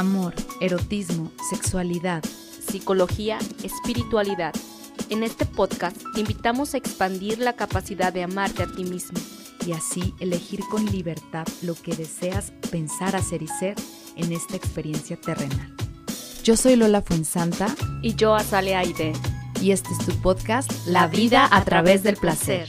amor, erotismo, sexualidad, psicología, espiritualidad. En este podcast te invitamos a expandir la capacidad de amarte a ti mismo y así elegir con libertad lo que deseas pensar, hacer y ser en esta experiencia terrenal. Yo soy Lola Fuensanta y yo Azalea Aide y este es tu podcast La vida a través del placer.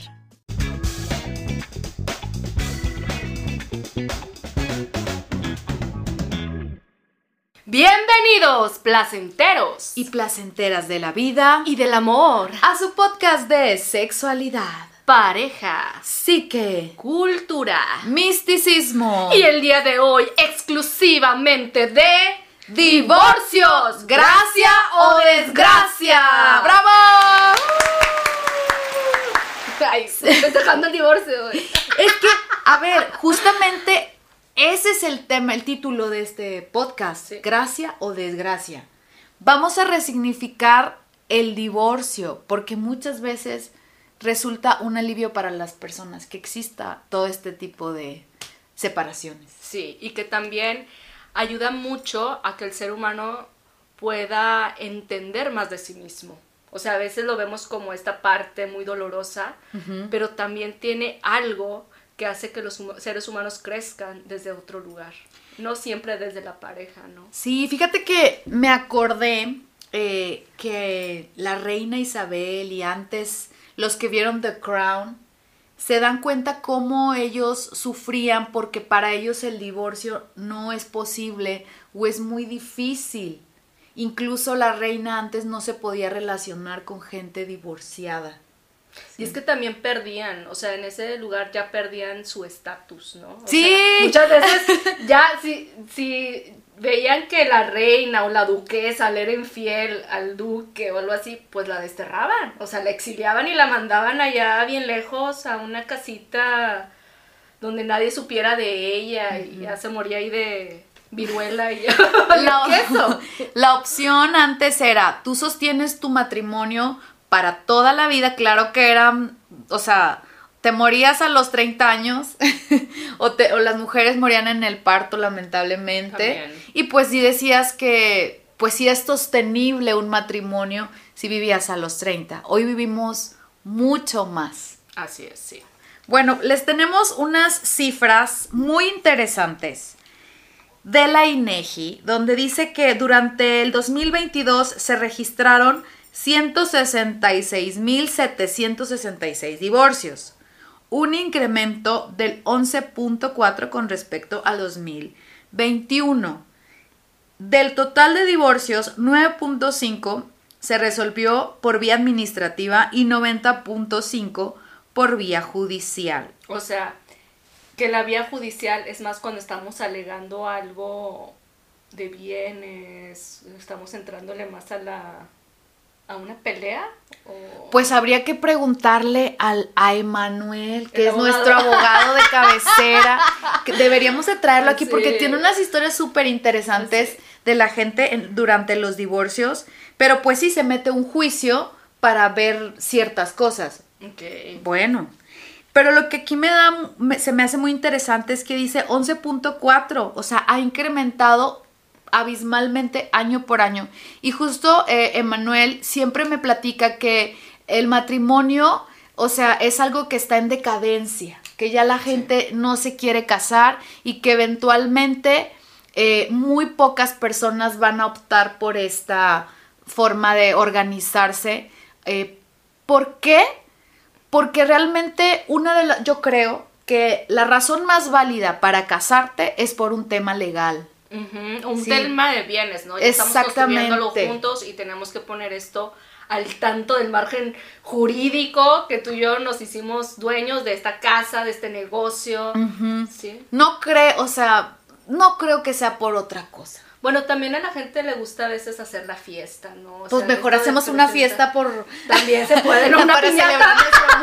Bienvenidos, placenteros y placenteras de la vida y del amor, a su podcast de sexualidad, pareja, psique, cultura, misticismo y el día de hoy exclusivamente de divorcios, gracia o desgracia. ¡Bravo! Ay, festejando el divorcio. Es que, a ver, justamente ese es el tema, el título de este podcast, sí. Gracia o desgracia. Vamos a resignificar el divorcio, porque muchas veces resulta un alivio para las personas que exista todo este tipo de separaciones. Sí, y que también ayuda mucho a que el ser humano pueda entender más de sí mismo. O sea, a veces lo vemos como esta parte muy dolorosa, pero también tiene algo que hace que los seres humanos crezcan desde otro lugar, no siempre desde la pareja, ¿no? Sí, fíjate que me acordé que la reina Isabel y antes los que vieron The Crown se dan cuenta cómo ellos sufrían porque para ellos el divorcio no es posible o es muy difícil. Incluso la reina antes no se podía relacionar con gente divorciada. Sí. Y es que también perdían, o sea, en ese lugar ya perdían su estatus, ¿no? O sí. sea, muchas veces ya si veían que la reina o la duquesa le era infiel al duque o algo así, pues la desterraban, o sea, la exiliaban y la mandaban allá bien lejos a una casita donde nadie supiera de ella y ya se moría ahí de viruela y ya. La opción antes era, tú sostienes tu matrimonio para toda la vida, claro que eran, o sea, te morías a los 30 años o las mujeres morían en el parto, lamentablemente. También. Y pues sí decías que, pues sí es sostenible un matrimonio si vivías a los 30. Hoy vivimos mucho más. Así es, sí. Bueno, les tenemos unas cifras muy interesantes de la INEGI, donde dice que durante el 2022 se registraron 166,766 divorcios, un incremento del 11.4 con respecto a 2021. Del total de divorcios, 9.5 se resolvió por vía administrativa y 90.5 por vía judicial. O sea, que la vía judicial es más cuando estamos alegando algo de bienes, estamos entrándole más a una pelea. ¿O? Pues habría que preguntarle a Emanuel, que es nuestro abogado de cabecera. Que deberíamos de traerlo aquí porque tiene unas historias súper interesantes de la gente durante los divorcios. Pero pues sí, se mete un juicio para ver ciertas cosas. Okay. Bueno, pero lo que aquí se me hace muy interesante es que dice 11.4, o sea, ha incrementado abismalmente año por año. Y justo Emanuel siempre me platica que el matrimonio, o sea, es algo que está en decadencia, que ya la gente no se quiere casar y que eventualmente muy pocas personas van a optar por esta forma de organizarse. ¿Por qué? Porque realmente yo creo que la razón más válida para casarte es por un tema legal. Un tema de bienes, ¿no? Ya estamos construyéndolo juntos y tenemos que poner esto al tanto del margen jurídico, que tú y yo nos hicimos dueños de esta casa, de este negocio. ¿Sí? No creo que sea por otra cosa. Bueno, también a la gente le gusta a veces hacer la fiesta, ¿no? O pues sea, mejor hacemos una fiesta por... También se puede, ¿no? Una piñata.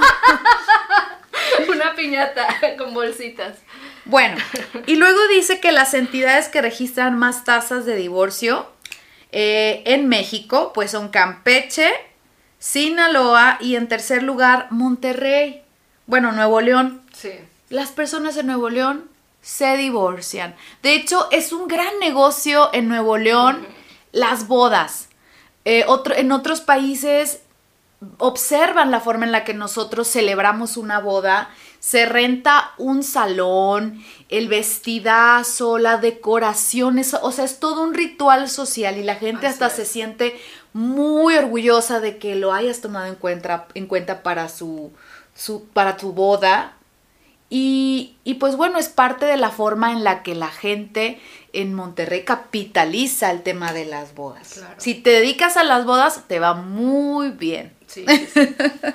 Una piñata con bolsitas. Bueno, y luego dice que las entidades que registran más tasas de divorcio en México, pues son Campeche, Sinaloa y en tercer lugar Monterrey. Bueno, Nuevo León. Sí. Las personas en Nuevo León se divorcian. De hecho, es un gran negocio en Nuevo León, las bodas. En otros países observan la forma en la que nosotros celebramos una boda. Se renta un salón, el vestidazo, la decoración, o sea, es todo un ritual social y la gente hasta se siente muy orgullosa de que lo hayas tomado en cuenta para para tu boda. Y pues bueno, es parte de la forma en la que la gente en Monterrey capitaliza el tema de las bodas. Claro. Si te dedicas a las bodas, te va muy bien. Sí, sí, sí.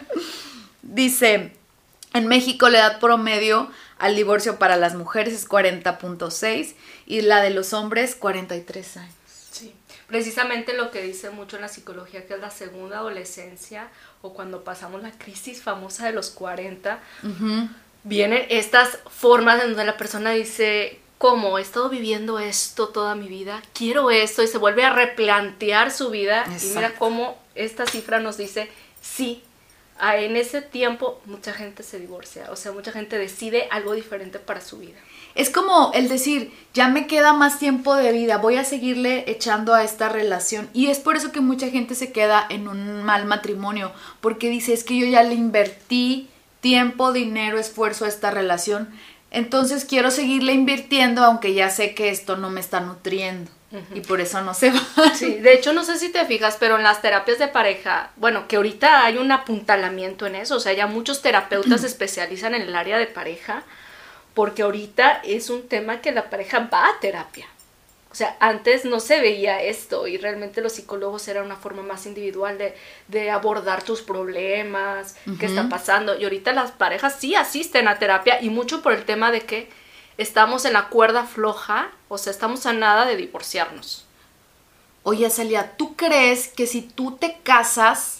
Dice, en México la edad promedio al divorcio para las mujeres es 40.6 y la de los hombres 43 años. Sí, precisamente lo que dice mucho en la psicología, que es la segunda adolescencia o cuando pasamos la crisis famosa de los 40, vienen estas formas en donde la persona dice, ¿cómo? He estado viviendo esto toda mi vida, quiero esto, y se vuelve a replantear su vida. Exacto. Y mira cómo esta cifra nos dice, sí, en ese tiempo mucha gente se divorcia, o sea, mucha gente decide algo diferente para su vida. Es como el decir, ya me queda más tiempo de vida, voy a seguirle echando a esta relación. Y es por eso que mucha gente se queda en un mal matrimonio, porque dice, es que yo ya le invertí tiempo, dinero, esfuerzo a esta relación, entonces quiero seguirle invirtiendo aunque ya sé que esto no me está nutriendo. Y por eso no se va. Sí, de hecho no sé si te fijas, pero en las terapias de pareja, bueno, que ahorita hay un apuntalamiento en eso, o sea, ya muchos terapeutas se especializan en el área de pareja, porque ahorita es un tema que la pareja va a terapia. O sea, antes no se veía esto y realmente los psicólogos eran una forma más individual de abordar tus problemas, qué está pasando. Y ahorita las parejas sí asisten a terapia y mucho por el tema de que estamos en la cuerda floja, o sea, estamos a nada de divorciarnos. Oye, Celia, ¿tú crees que si tú te casas,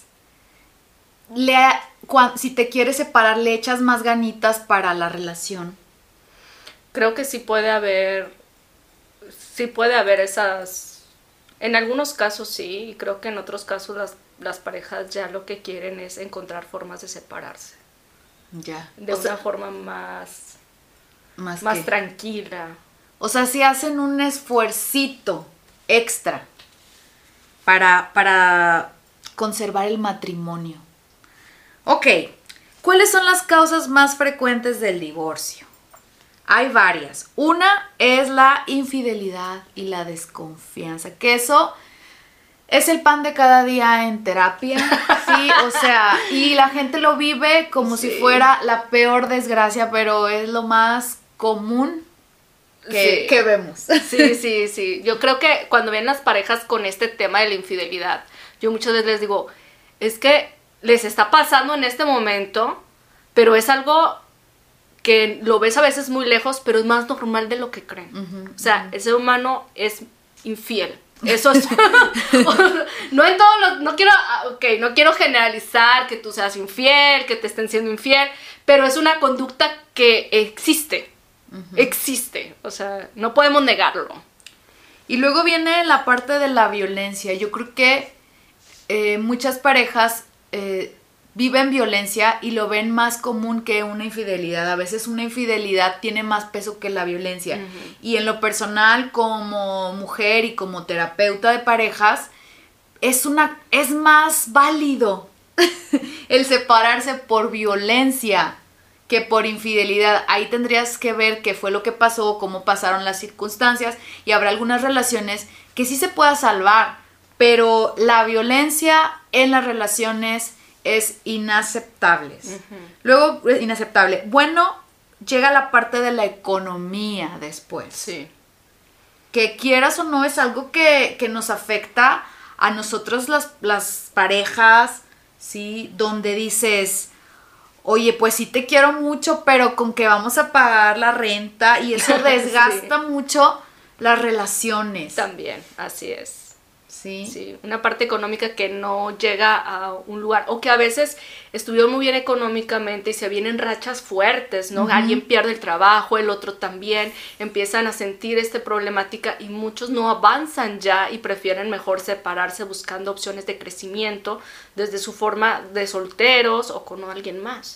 si te quieres separar, le echas más ganitas para la relación? Creo que sí puede haber esas, en algunos casos sí, y creo que en otros casos las parejas ya lo que quieren es encontrar formas de separarse. Ya. De una forma más tranquila. O sea, si hacen un esfuercito extra para conservar el matrimonio. Ok, ¿cuáles son las causas más frecuentes del divorcio? Hay varias. Una es la infidelidad y la desconfianza, que eso es el pan de cada día en terapia, sí, o sea, y la gente lo vive como si fuera la peor desgracia, pero es lo más común que vemos. Sí. Yo creo que cuando ven las parejas con este tema de la infidelidad, yo muchas veces les digo, es que les está pasando en este momento, pero es algo que lo ves a veces muy lejos, pero es más normal de lo que creen. O sea, el ser humano es infiel. Eso es no en todos los, no quiero generalizar que tú seas infiel, que te estén siendo infiel, pero es una conducta que existe. Existe, o sea, no podemos negarlo. Y luego viene la parte de la violencia. Yo creo que muchas parejas viven violencia y lo ven más común que una infidelidad. A veces una infidelidad tiene más peso que la violencia. Y en lo personal, como mujer y como terapeuta de parejas, es más válido el separarse por violencia que por infidelidad. Ahí tendrías que ver qué fue lo que pasó, cómo pasaron las circunstancias, y habrá algunas relaciones que sí se pueda salvar, pero la violencia en las relaciones es inaceptable. Luego, inaceptable. Bueno, llega la parte de la economía después. Sí. Que quieras o no, es algo que nos afecta a nosotros las parejas, ¿sí? Donde dices, oye, pues sí te quiero mucho, pero con que vamos a pagar la renta, y eso desgasta mucho las relaciones. También, así es. Sí, una parte económica que no llega a un lugar, o que a veces estuvieron muy bien económicamente y se vienen rachas fuertes, ¿no? Alguien pierde el trabajo, el otro también, empiezan a sentir esta problemática y muchos no avanzan ya y prefieren mejor separarse buscando opciones de crecimiento desde su forma de solteros o con alguien más.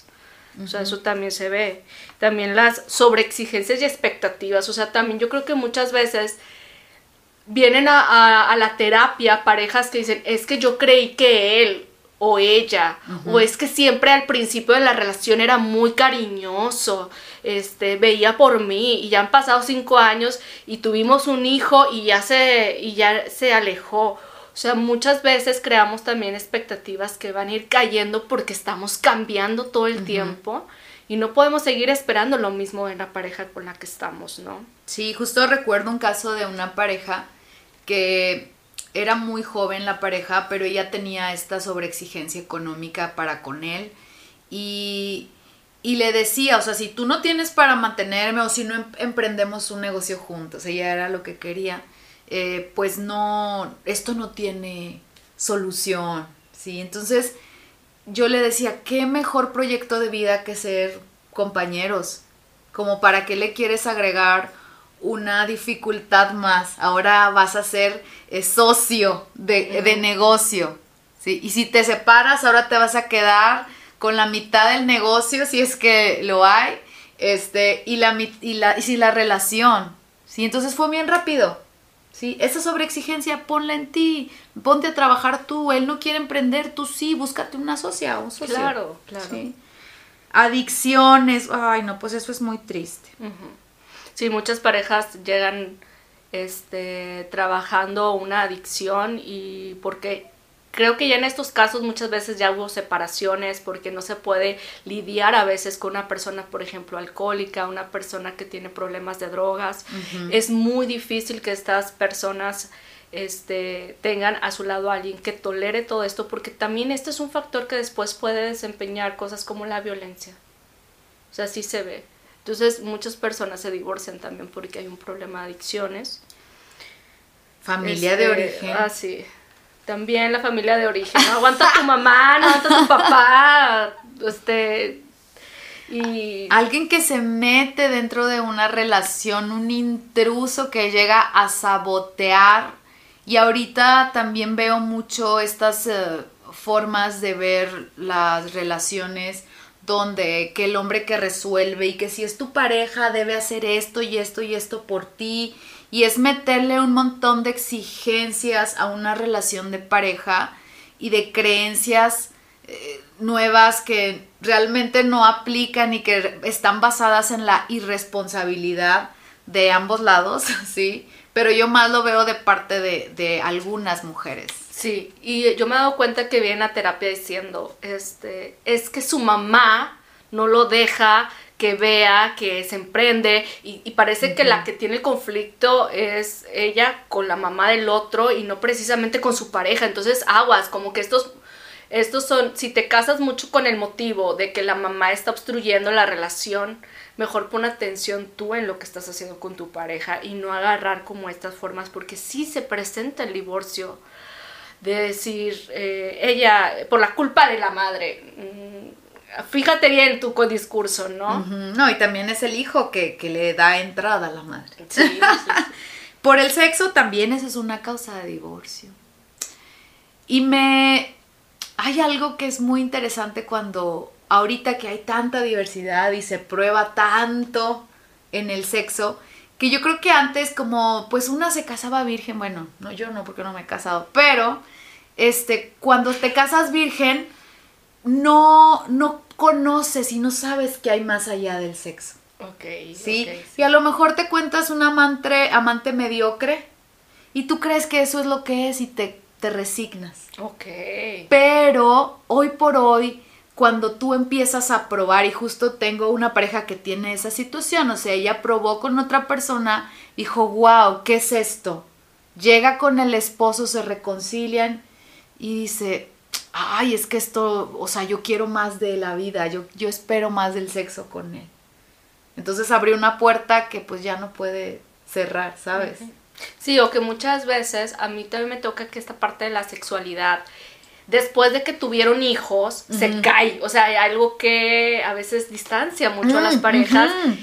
O sea, eso también se ve. También las sobreexigencias y expectativas. O sea, también yo creo que muchas veces vienen a la terapia parejas que dicen, es que yo creí que él o ella, o es que siempre al principio de la relación era muy cariñoso, veía por mí, y ya han pasado 5 años y tuvimos un hijo y ya se alejó. O sea, muchas veces creamos también expectativas que van a ir cayendo porque estamos cambiando todo el tiempo y no podemos seguir esperando lo mismo en la pareja con la que estamos, ¿no? Sí, justo recuerdo un caso de una pareja que era muy joven la pareja, pero ella tenía esta sobreexigencia económica para con él y le decía, o sea, si tú no tienes para mantenerme o si no emprendemos un negocio juntos, ella era lo que quería, pues no, esto no tiene solución, ¿sí? Entonces yo le decía, ¿qué mejor proyecto de vida que ser compañeros? Como para qué le quieres agregar una dificultad más, ahora vas a ser socio de negocio, ¿sí? Y si te separas, ahora te vas a quedar con la mitad del negocio, si es que lo hay, y si la relación, ¿sí? Entonces fue bien rápido, ¿sí? Esa sobreexigencia ponla en ti, ponte a trabajar tú, él no quiere emprender, tú sí, búscate una socia, un socio. Claro. ¿Sí? Adicciones, ay no, pues eso es muy triste. Sí, muchas parejas llegan trabajando una adicción y porque creo que ya en estos casos muchas veces ya hubo separaciones porque no se puede lidiar a veces con una persona, por ejemplo, alcohólica, una persona que tiene problemas de drogas. Es muy difícil que estas personas tengan a su lado a alguien que tolere todo esto porque también este es un factor que después puede desempeñar cosas como la violencia. O sea, sí se ve. Entonces muchas personas se divorcian también porque hay un problema de adicciones. Familia de origen. Ah, sí. También la familia de origen. No aguanta tu mamá, no aguanta tu papá. Y alguien que se mete dentro de una relación, un intruso que llega a sabotear. Y ahorita también veo mucho estas formas de ver las relaciones donde que el hombre que resuelve y que si es tu pareja debe hacer esto y esto y esto por ti y es meterle un montón de exigencias a una relación de pareja y de creencias nuevas que realmente no aplican y que están basadas en la irresponsabilidad de ambos lados, ¿sí? Pero yo más lo veo de parte de algunas mujeres. Sí, y yo me he dado cuenta que viene a terapia diciendo, es que su mamá no lo deja que vea, que se emprende, y parece que la que tiene el conflicto es ella con la mamá del otro y no precisamente con su pareja. Entonces aguas, como que estos son, si te casas mucho con el motivo de que la mamá está obstruyendo la relación, mejor pon atención tú en lo que estás haciendo con tu pareja y no agarrar como estas formas, porque sí se presenta el divorcio de decir, ella, por la culpa de la madre, fíjate bien tu discurso, ¿no? No, y también es el hijo que le da entrada a la madre. Sí. Por el sexo también esa es una causa de divorcio. Hay algo que es muy interesante cuando, ahorita que hay tanta diversidad y se prueba tanto en el sexo, que yo creo que antes como, pues una se casaba virgen, bueno, no, yo no, porque no me he casado, pero cuando te casas virgen, no conoces y no sabes que hay más allá del sexo. Okay, ¿sí? Okay, sí. Y a lo mejor te cuentas un amante mediocre y tú crees que eso es lo que es y te resignas. Okay. Pero hoy por hoy, cuando tú empiezas a probar, y justo tengo una pareja que tiene esa situación, o sea, ella probó con otra persona, dijo, wow, ¿qué es esto? Llega con el esposo, se reconcilian y dice, ay, es que esto, o sea, yo quiero más de la vida, yo espero más del sexo con él. Entonces abrió una puerta que pues ya no puede cerrar, ¿sabes? Sí, o que muchas veces a mí también me toca que esta parte de la sexualidad, después de que tuvieron hijos, se cae. O sea, hay algo que a veces distancia mucho a las parejas.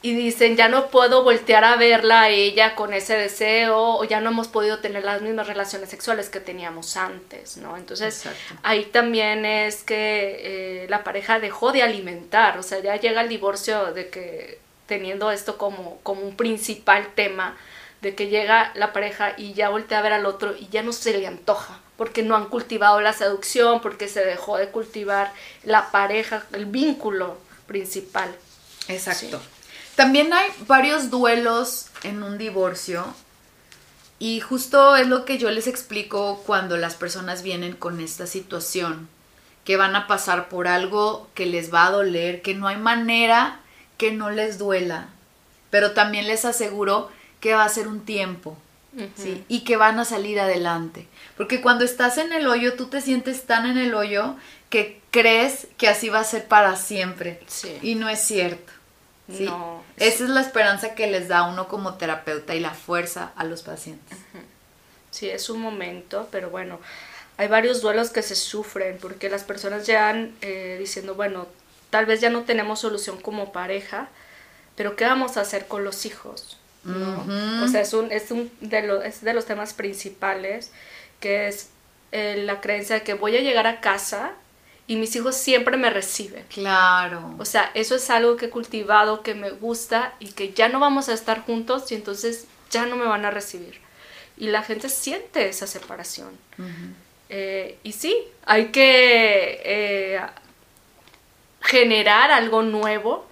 y dicen, ya no puedo voltear a verla a ella con ese deseo, o ya no hemos podido tener las mismas relaciones sexuales que teníamos antes, ¿no? Entonces, Exacto. ahí también es que la pareja dejó de alimentar, o sea, ya llega el divorcio de que teniendo esto como un principal tema, de que llega la pareja y ya voltea a ver al otro y ya no se le antoja, porque no han cultivado la seducción, porque se dejó de cultivar la pareja, el vínculo principal. Exacto. Sí. También hay varios duelos en un divorcio y justo es lo que yo les explico cuando las personas vienen con esta situación, que van a pasar por algo que les va a doler, que no hay manera que no les duela, pero también les aseguro que va a ser un tiempo, ¿sí? Y que van a salir adelante, porque cuando estás en el hoyo tú te sientes tan en el hoyo que crees que así va a ser para siempre, Sí. y no es cierto. ¿Sí? No. Esa es la esperanza que les da uno como terapeuta y la fuerza a los pacientes. Sí, es un momento, pero bueno, hay varios duelos que se sufren porque las personas llegan diciendo, bueno, tal vez ya no tenemos solución como pareja, pero ¿qué vamos a hacer con los hijos? ¿No? O sea, es de los temas principales, que es la creencia de que voy a llegar a casa y mis hijos siempre me reciben. Claro. O sea, eso es algo que he cultivado, que me gusta y que ya no vamos a estar juntos y entonces ya no me van a recibir. Y la gente siente esa separación. Y sí, hay que generar algo nuevo,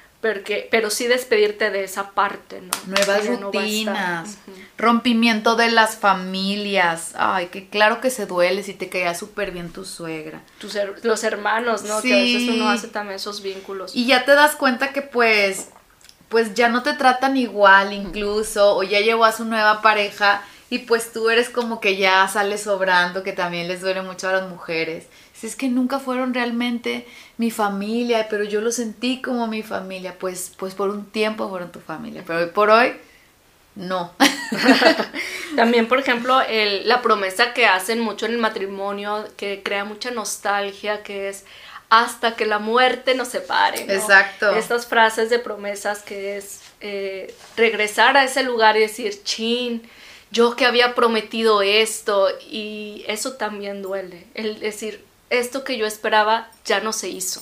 pero sí despedirte de esa parte, ¿no? Nuevas Que ya no va a estar. rutinas, rompimiento de las familias. Ay, que claro que se duele si te caía súper bien tu suegra. Los hermanos, ¿no? Sí. Que a veces uno hace también esos vínculos. Y ya te das cuenta que pues ya no te tratan igual incluso, o ya llegó a su nueva pareja y pues tú eres como que ya sales sobrando, que también les duele mucho a las mujeres. Si es que nunca fueron realmente mi familia, pero yo lo sentí como mi familia, pues por un tiempo fueron tu familia, pero hoy por hoy, no. También, por ejemplo, la promesa que hacen mucho en el matrimonio, que crea mucha nostalgia, que es hasta que la muerte nos separe, ¿no? Exacto. Estas frases de promesas que es regresar a ese lugar y decir, chin, yo que había prometido esto, y eso también duele, el decir, esto que yo esperaba ya no se hizo.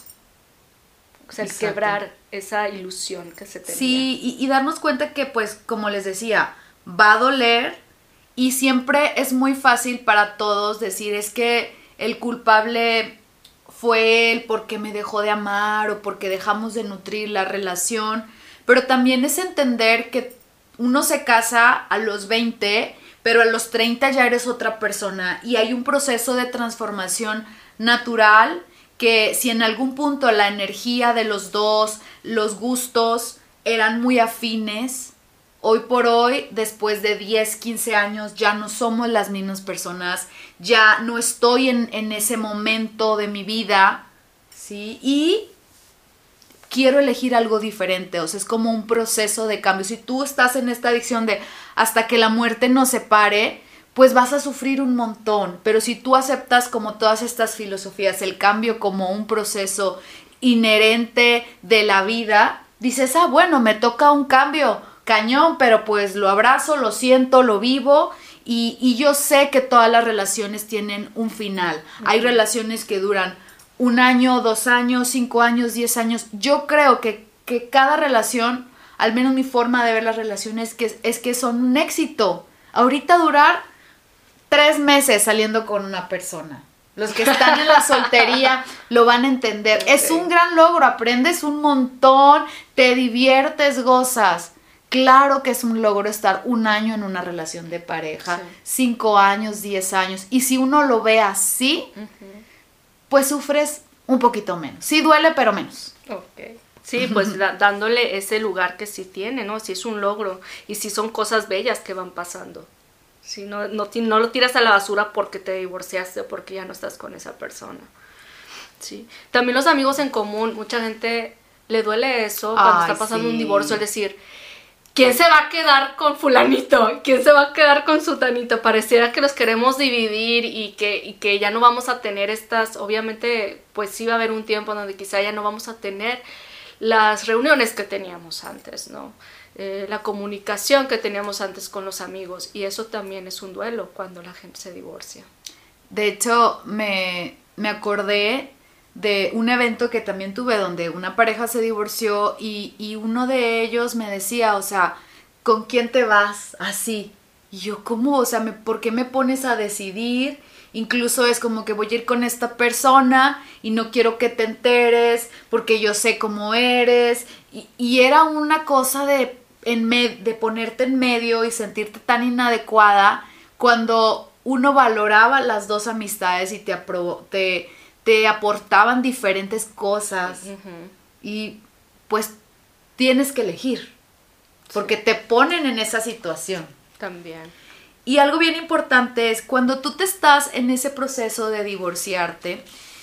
O sea, el Exacto. quebrar esa ilusión que se tenía. Sí, y darnos cuenta que, pues, como les decía, va a doler y siempre es muy fácil para todos decir, es que el culpable fue él porque me dejó de amar o porque dejamos de nutrir la relación, pero también es entender que uno se casa a los 20, pero a los 30 ya eres otra persona y hay un proceso de transformación natural que si en algún punto la energía de los dos, los gustos eran muy afines, hoy por hoy, después de 10, 15 años, ya no somos las mismas personas, ya no estoy en ese momento de mi vida, ¿sí? Y quiero elegir algo diferente, o sea, es como un proceso de cambio. Si tú estás en esta adicción de hasta que la muerte nos separe, pues vas a sufrir un montón, pero si tú aceptas como todas estas filosofías, el cambio como un proceso inherente de la vida, dices, bueno, me toca un cambio, cañón, pero pues lo abrazo, lo siento, lo vivo y yo sé que todas las relaciones tienen un final. Hay relaciones que duran 1 año, 2 años, 5 años, 10 años. Yo creo que cada relación, al menos mi forma de ver las relaciones, es que son un éxito. Ahorita durar 3 meses saliendo con una persona. Los que están en la soltería lo van a entender. Okay. Es un gran logro, aprendes un montón, te diviertes, gozas. Claro que es un logro estar 1 año en una relación de pareja, 5 años, 10 años. Y si uno lo ve así, pues sufres un poquito menos. Sí duele, pero menos. Okay. Sí, pues dándole ese lugar que sí tiene, ¿no? Sí es un logro y sí son cosas bellas que van pasando. Si no lo tiras a la basura porque te divorciaste o porque ya no estás con esa persona. Sí. También los amigos en común, mucha gente le duele eso cuando está pasando un divorcio, es decir, ¿quién se va a quedar con fulanito? ¿Quién se va a quedar con sutanito? Pareciera que los queremos dividir y que ya no vamos a tener estas, obviamente, pues sí va a haber un tiempo donde quizá ya no vamos a tener las reuniones que teníamos antes, ¿no? La comunicación que teníamos antes con los amigos, y eso también es un duelo cuando la gente se divorcia. De hecho, me acordé de un evento que también tuve donde una pareja se divorció y uno de ellos me decía, o sea, ¿con quién te vas? Así. Y yo, ¿cómo? O sea, ¿por qué me pones a decidir? Incluso es como que voy a ir con esta persona y no quiero que te enteres porque yo sé cómo eres. Y era una cosa de ponerte en medio y sentirte tan inadecuada cuando uno valoraba las dos amistades y te aportaban diferentes cosas. Uh-huh. Y pues tienes que elegir porque te ponen en esa situación. También. Y algo bien importante es cuando tú te estás en ese proceso de divorciarte,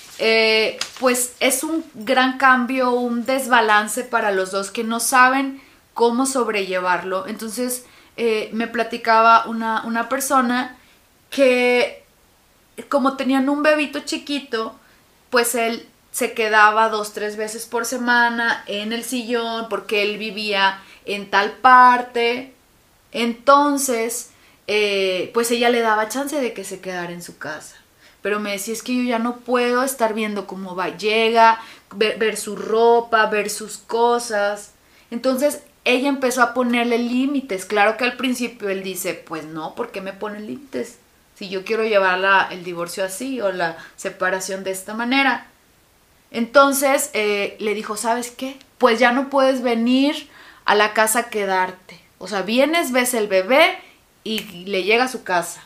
pues es un gran cambio, un desbalance para los dos que no saben cómo sobrellevarlo. Entonces me platicaba una persona que como tenían un bebito chiquito, pues él se quedaba 2-3 veces por semana en el sillón porque él vivía en tal parte. Entonces, pues ella le daba chance de que se quedara en su casa. Pero me decía, es que yo ya no puedo estar viendo cómo va, llega, ver su ropa, ver sus cosas. Entonces, ella empezó a ponerle límites. Claro que al principio él dice, pues no, ¿por qué me ponen límites? Si yo quiero llevar el divorcio así o la separación de esta manera. Entonces, le dijo, ¿sabes qué? Pues ya no puedes venir a la casa a quedarte. O sea, vienes, ves el bebé y le llega a su casa.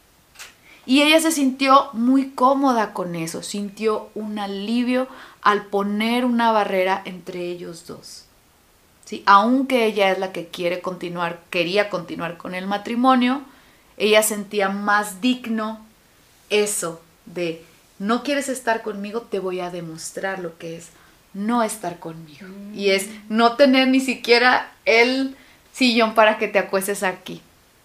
Y ella se sintió muy cómoda con eso, sintió un alivio al poner una barrera entre ellos dos. ¿Sí? Aunque ella es la que quería continuar con el matrimonio, ella sentía más digno eso de no quieres estar conmigo, te voy a demostrar lo que es no estar conmigo. Y es no tener ni siquiera el sillón para que te acuestes aquí.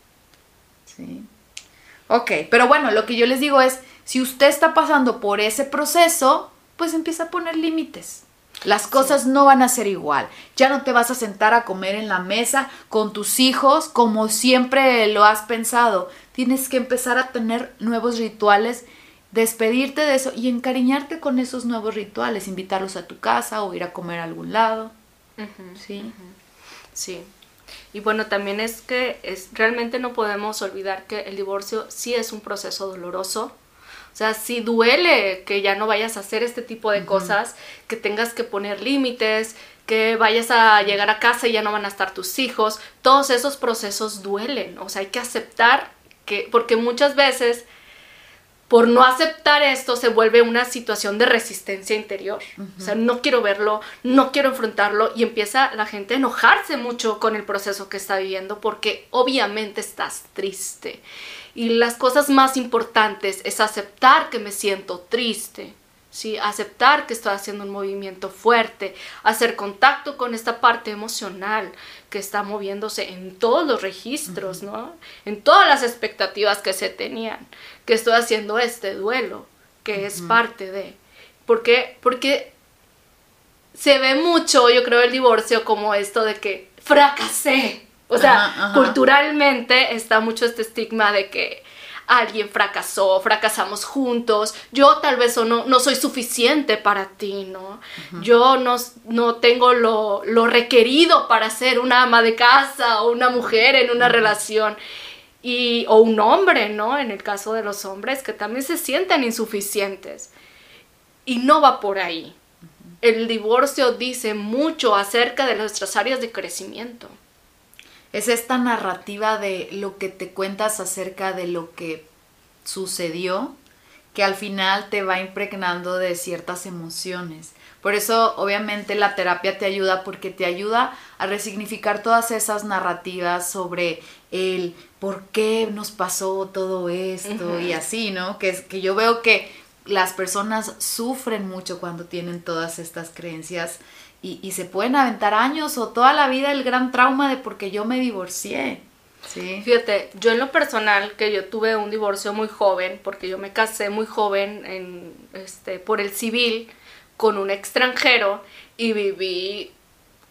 ¿Sí? Ok, pero bueno, lo que yo les digo es, si usted está pasando por ese proceso, pues empieza a poner límites. Las cosas no van a ser igual. Ya no te vas a sentar a comer en la mesa con tus hijos como siempre lo has pensado. Tienes que empezar a tener nuevos rituales, despedirte de eso y encariñarte con esos nuevos rituales, invitarlos a tu casa o ir a comer a algún lado. Uh-huh, ¿sí? Uh-huh. Sí. Y bueno, también es que realmente no podemos olvidar que el divorcio sí es un proceso doloroso. O sea, sí duele que ya no vayas a hacer este tipo de cosas, que tengas que poner límites, que vayas a llegar a casa y ya no van a estar tus hijos. Todos esos procesos duelen. O sea, hay que aceptar porque muchas veces por no aceptar esto se vuelve una situación de resistencia interior. O sea, no quiero verlo, no quiero enfrentarlo y empieza la gente a enojarse mucho con el proceso que está viviendo porque obviamente estás triste. Y las cosas más importantes es aceptar que me siento triste, ¿sí? Aceptar que estoy haciendo un movimiento fuerte, hacer contacto con esta parte emocional que está moviéndose en todos los registros, ¿no? En todas las expectativas que se tenían, que estoy haciendo este duelo, que es parte de... Porque se ve mucho, yo creo, el divorcio como esto de que fracasé. O sea, culturalmente está mucho este estigma de que alguien fracasó, fracasamos juntos, yo tal vez no soy suficiente para ti, ¿no? Yo no tengo lo requerido para ser una ama de casa o una mujer en una relación. O un hombre, ¿no? En el caso de los hombres que también se sienten insuficientes. Y no va por ahí. El divorcio dice mucho acerca de nuestras áreas de crecimiento. Es esta narrativa de lo que te cuentas acerca de lo que sucedió, que al final te va impregnando de ciertas emociones. Por eso, obviamente, la terapia te ayuda porque te ayuda a resignificar todas esas narrativas sobre el por qué nos pasó todo esto y así, ¿no? Que yo veo que las personas sufren mucho cuando tienen todas estas creencias y se pueden aventar años o toda la vida el gran trauma de porque yo me divorcié. Sí. Fíjate, yo en lo personal, que yo tuve un divorcio muy joven, porque yo me casé muy joven por el civil con un extranjero y viví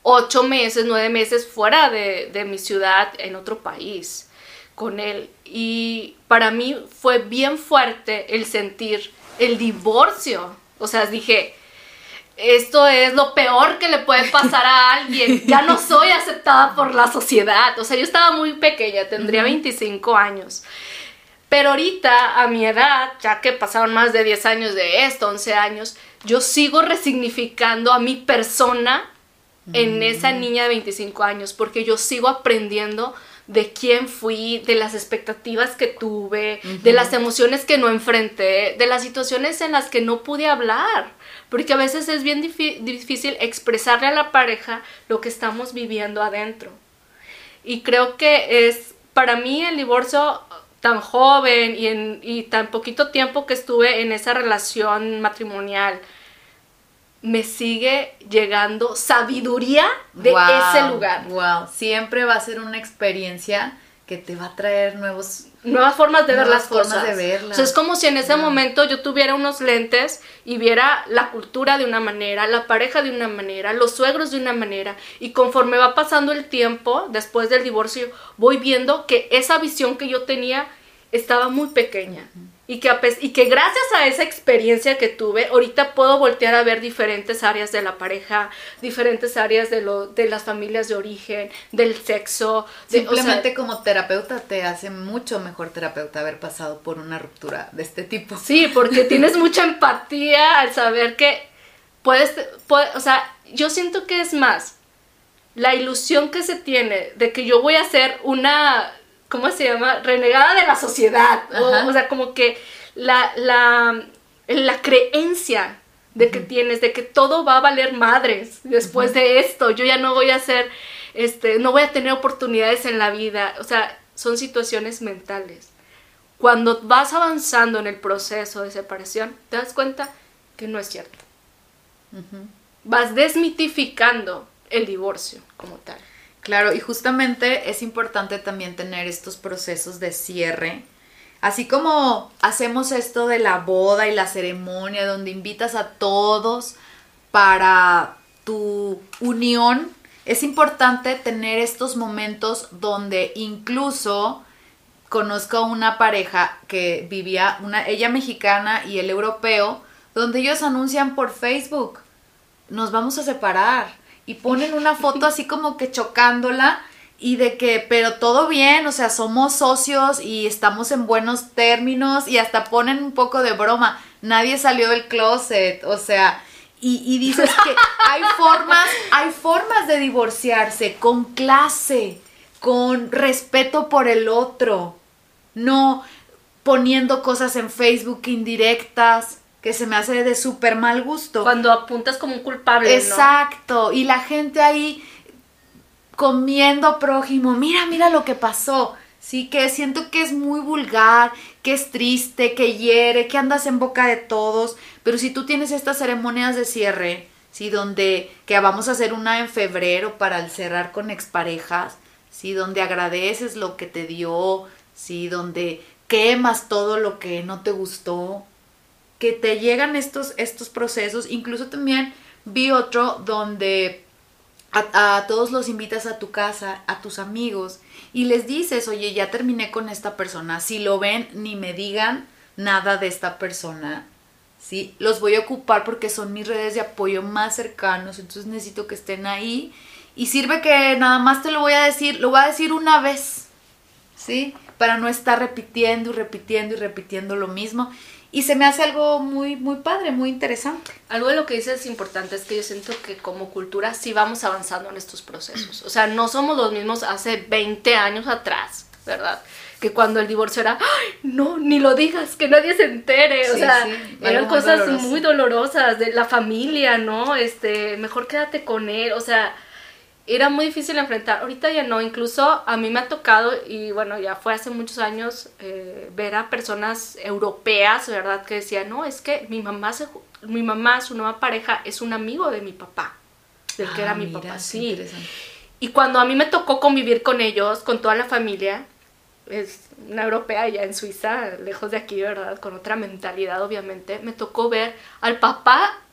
8 meses, 9 meses fuera de mi ciudad, en otro país, con él. Y para mí fue bien fuerte el sentir el divorcio. O sea, dije, esto es lo peor que le puede pasar a alguien. Ya no soy aceptada por la sociedad. O sea, yo estaba muy pequeña, tendría 25 años. Pero ahorita, a mi edad, ya que pasaron más de 10 años de esto, 11 años, yo sigo resignificando a mi persona en esa niña de 25 años, porque yo sigo aprendiendo de quién fui, de las expectativas que tuve, de las emociones que no enfrenté, de las situaciones en las que no pude hablar, porque a veces es bien difícil expresarle a la pareja lo que estamos viviendo adentro. Y creo que es, para mí, el divorcio tan joven y tan poquito tiempo que estuve en esa relación matrimonial, me sigue llegando sabiduría de ese lugar. Wow, siempre va a ser una experiencia que te va a traer nuevas formas de ver las cosas. De verlas. O sea, es como si en ese momento yo tuviera unos lentes y viera la cultura de una manera, la pareja de una manera, los suegros de una manera, y conforme va pasando el tiempo, después del divorcio, voy viendo que esa visión que yo tenía estaba muy pequeña. Y que gracias a esa experiencia que tuve, ahorita puedo voltear a ver diferentes áreas de la pareja, diferentes áreas de las familias de origen, del sexo. Simplemente como terapeuta te hace mucho mejor terapeuta haber pasado por una ruptura de este tipo. Sí, porque tienes mucha empatía al saber que o sea, yo siento que es más la ilusión que se tiene de que yo voy a ser una... ¿cómo se llama? Renegada de la sociedad. O sea, como que la creencia de que tienes, de que todo va a valer madres después de esto. Yo ya no voy a ser, no voy a tener oportunidades en la vida. O sea, son situaciones mentales. Cuando vas avanzando en el proceso de separación, te das cuenta que no es cierto. Vas desmitificando el divorcio como tal. Claro, y justamente es importante también tener estos procesos de cierre. Así como hacemos esto de la boda y la ceremonia, donde invitas a todos para tu unión, es importante tener estos momentos donde incluso conozco a una pareja que vivía, ella mexicana y él europeo, donde ellos anuncian por Facebook, nos vamos a separar. Y ponen una foto así como que chocándola y de que, pero todo bien, o sea, somos socios y estamos en buenos términos y hasta ponen un poco de broma. Nadie salió del closet, o sea, y dices que hay formas de divorciarse con clase, con respeto por el otro, no poniendo cosas en Facebook indirectas, que se me hace de súper mal gusto. Cuando apuntas como un culpable, exacto, ¿no? Y la gente ahí comiendo prójimo, mira lo que pasó. Sí, que siento que es muy vulgar, que es triste, que hiere, que andas en boca de todos. Pero si tú tienes estas ceremonias de cierre, sí, que vamos a hacer una en febrero para el cerrar con exparejas, sí, donde agradeces lo que te dio, sí, donde quemas todo lo que no te gustó, que te llegan estos procesos. Incluso también vi otro donde a todos los invitas a tu casa, a tus amigos, y les dices, oye, ya terminé con esta persona, si lo ven, ni me digan nada de esta persona, ¿sí? Los voy a ocupar porque son mis redes de apoyo más cercanos, entonces necesito que estén ahí, y sirve que nada más lo voy a decir una vez, ¿sí? Para no estar repitiendo lo mismo. Y se me hace algo muy, muy padre, muy interesante. Algo de lo que dices importante es que yo siento que como cultura sí vamos avanzando en estos procesos. O sea, no somos los mismos hace 20 años atrás, ¿verdad? Que cuando el divorcio era, ¡ay, no, ni lo digas, que nadie se entere! O sea, eran cosas muy dolorosas de la familia, ¿no? Mejor quédate con él, o sea... Era muy difícil enfrentar, ahorita ya no, incluso a mí me ha tocado, y bueno, ya fue hace muchos años, ver a personas europeas, ¿verdad? Que decían, no, es que mi mamá, su nueva pareja, es un amigo de mi papá, del que era mi papá, sí. Y cuando a mí me tocó convivir con ellos, con toda la familia, es una europea ya en Suiza, lejos de aquí, ¿verdad? Con otra mentalidad, obviamente, me tocó ver al papá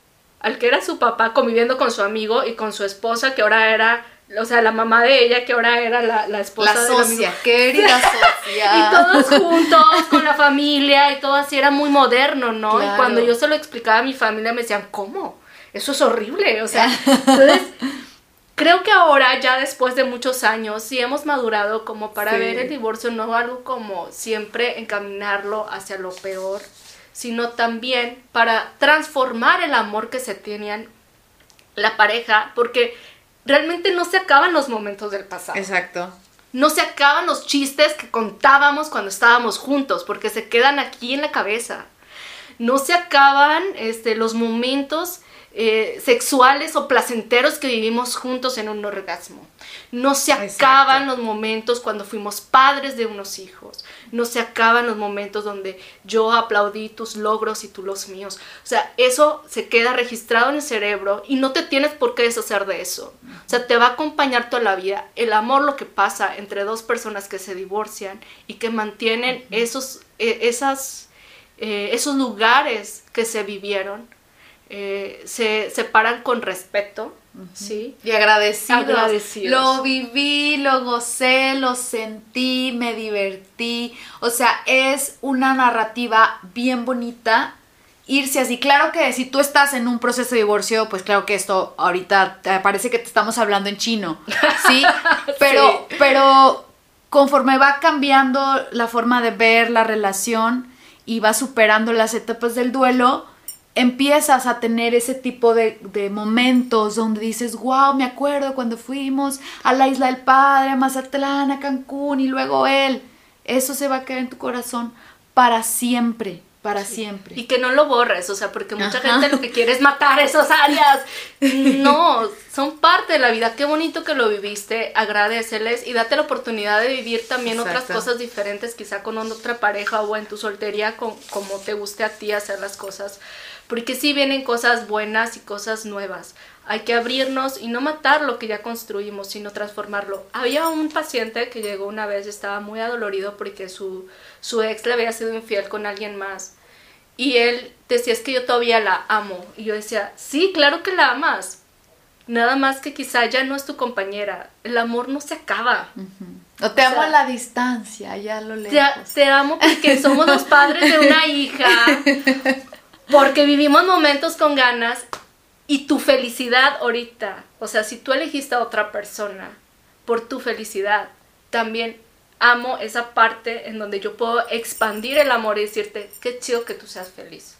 al que era su papá conviviendo con su amigo y con su esposa, que ahora era, o sea, la mamá de ella, que ahora era la esposa del amigo. La socia, querida socia. Y todos juntos, con la familia y todo así, era muy moderno, ¿no? Claro. Y cuando yo se lo explicaba a mi familia me decían, ¿cómo? Eso es horrible, o sea, entonces... Creo que ahora, ya después de muchos años, sí hemos madurado como para ver el divorcio no algo como siempre encaminarlo hacia lo peor, sino también para transformar el amor que se tenían la pareja, porque realmente no se acaban los momentos del pasado. Exacto. No se acaban los chistes que contábamos cuando estábamos juntos, porque se quedan aquí en la cabeza. No se acaban los momentos sexuales o placenteros que vivimos juntos en un orgasmo. No se acaban los momentos cuando fuimos padres de unos hijos. No se acaban los momentos donde yo aplaudí tus logros y tú los míos. O sea, eso se queda registrado en el cerebro y no te tienes por qué deshacer de eso. O sea, te va a acompañar toda la vida. El amor, lo que pasa entre dos personas que se divorcian y que mantienen esos lugares que se vivieron, se separan con respeto, ¿sí? Y agradecidos. Lo Lo viví, lo gocé, lo sentí, me divertí. O sea, es una narrativa bien bonita irse así. Claro que si tú estás en un proceso de divorcio, pues claro que esto ahorita parece que te estamos hablando en chino, ¿sí? Pero conforme va cambiando la forma de ver la relación y va superando las etapas del duelo, empiezas a tener ese tipo de momentos donde dices, wow, me acuerdo cuando fuimos a la Isla del Padre, a Mazatlán, a Cancún y luego él. Eso se va a quedar en tu corazón para siempre, para siempre. Y que no lo borres, o sea, porque mucha gente lo que quiere es matar esas áreas. No, son parte de la vida. Qué bonito que lo viviste, agradéceles y date la oportunidad de vivir también otras cosas diferentes, quizá con otra pareja o en tu soltería, como te guste a ti hacer las cosas. Porque sí vienen cosas buenas y cosas nuevas. Hay que abrirnos y no matar lo que ya construimos, sino transformarlo. Había un paciente que llegó una vez y estaba muy adolorido porque su ex le había sido infiel con alguien más. Y él decía, es que yo todavía la amo. Y yo decía, sí, claro que la amas. Nada más que quizá ya no es tu compañera. El amor no se acaba. O te amo a la distancia, ya lo lejos. Te amo porque somos los padres de una hija. Porque vivimos momentos con ganas y tu felicidad ahorita, o sea, si tú elegiste a otra persona por tu felicidad, también amo esa parte en donde yo puedo expandir el amor y decirte, qué chido que tú seas feliz.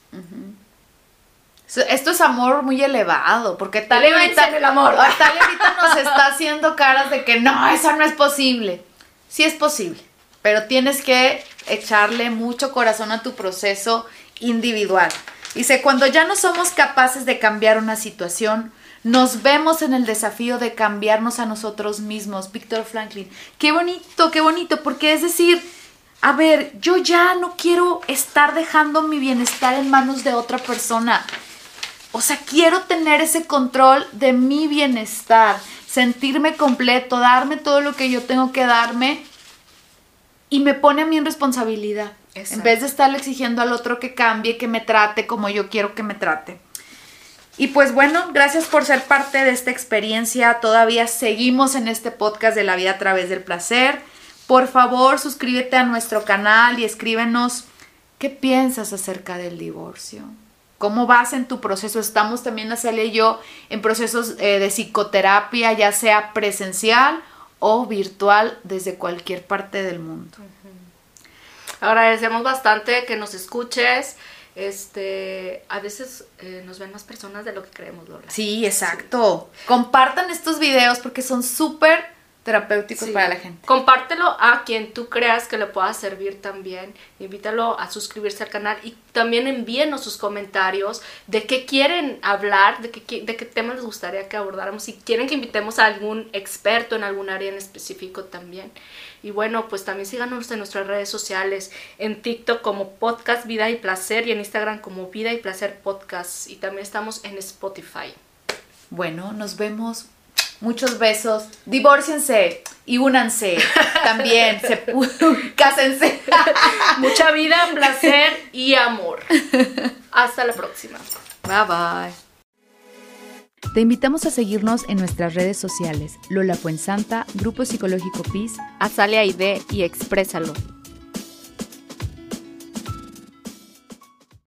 Esto es amor muy elevado, porque Talia ahorita nos está haciendo caras de que no, eso no es posible. Sí es posible, pero tienes que echarle mucho corazón a tu proceso individual. Dice, cuando ya no somos capaces de cambiar una situación, nos vemos en el desafío de cambiarnos a nosotros mismos. Víctor Franklin. Qué bonito, porque es decir, a ver, yo ya no quiero estar dejando mi bienestar en manos de otra persona. O sea, quiero tener ese control de mi bienestar, sentirme completo, darme todo lo que yo tengo que darme y me pone a mí en responsabilidad. Exacto. En vez de estarle exigiendo al otro que cambie, que me trate como yo quiero que me trate. Y pues bueno, gracias por ser parte de esta experiencia. Todavía seguimos en este podcast de la vida a través del placer. Por favor, suscríbete a nuestro canal y escríbenos qué piensas acerca del divorcio. ¿Cómo vas en tu proceso? Estamos también, Azalia y yo, en procesos de psicoterapia, ya sea presencial o virtual, desde cualquier parte del mundo. Agradecemos bastante que nos escuches. A veces nos ven más personas de lo que creemos, Lola. Sí, exacto. Sí. Compartan estos videos porque son súper terapéuticos para la gente. Compártelo a quien tú creas que le pueda servir también. Invítalo a suscribirse al canal y también envíenos sus comentarios de qué quieren hablar, de qué temas les gustaría que abordáramos. Si quieren que invitemos a algún experto en algún área en específico también. Y bueno, pues también síganos en nuestras redes sociales, en TikTok como Podcast Vida y Placer y en Instagram como Vida y Placer Podcast. Y también estamos en Spotify. Bueno, nos vemos. Muchos besos. Divórciense y únanse. También. Cásense. Mucha vida, placer y amor. Hasta la próxima. Bye bye. Te invitamos a seguirnos en nuestras redes sociales, Lola Fuensanta, Grupo Psicológico PIS, Azalea ID y Exprésalo.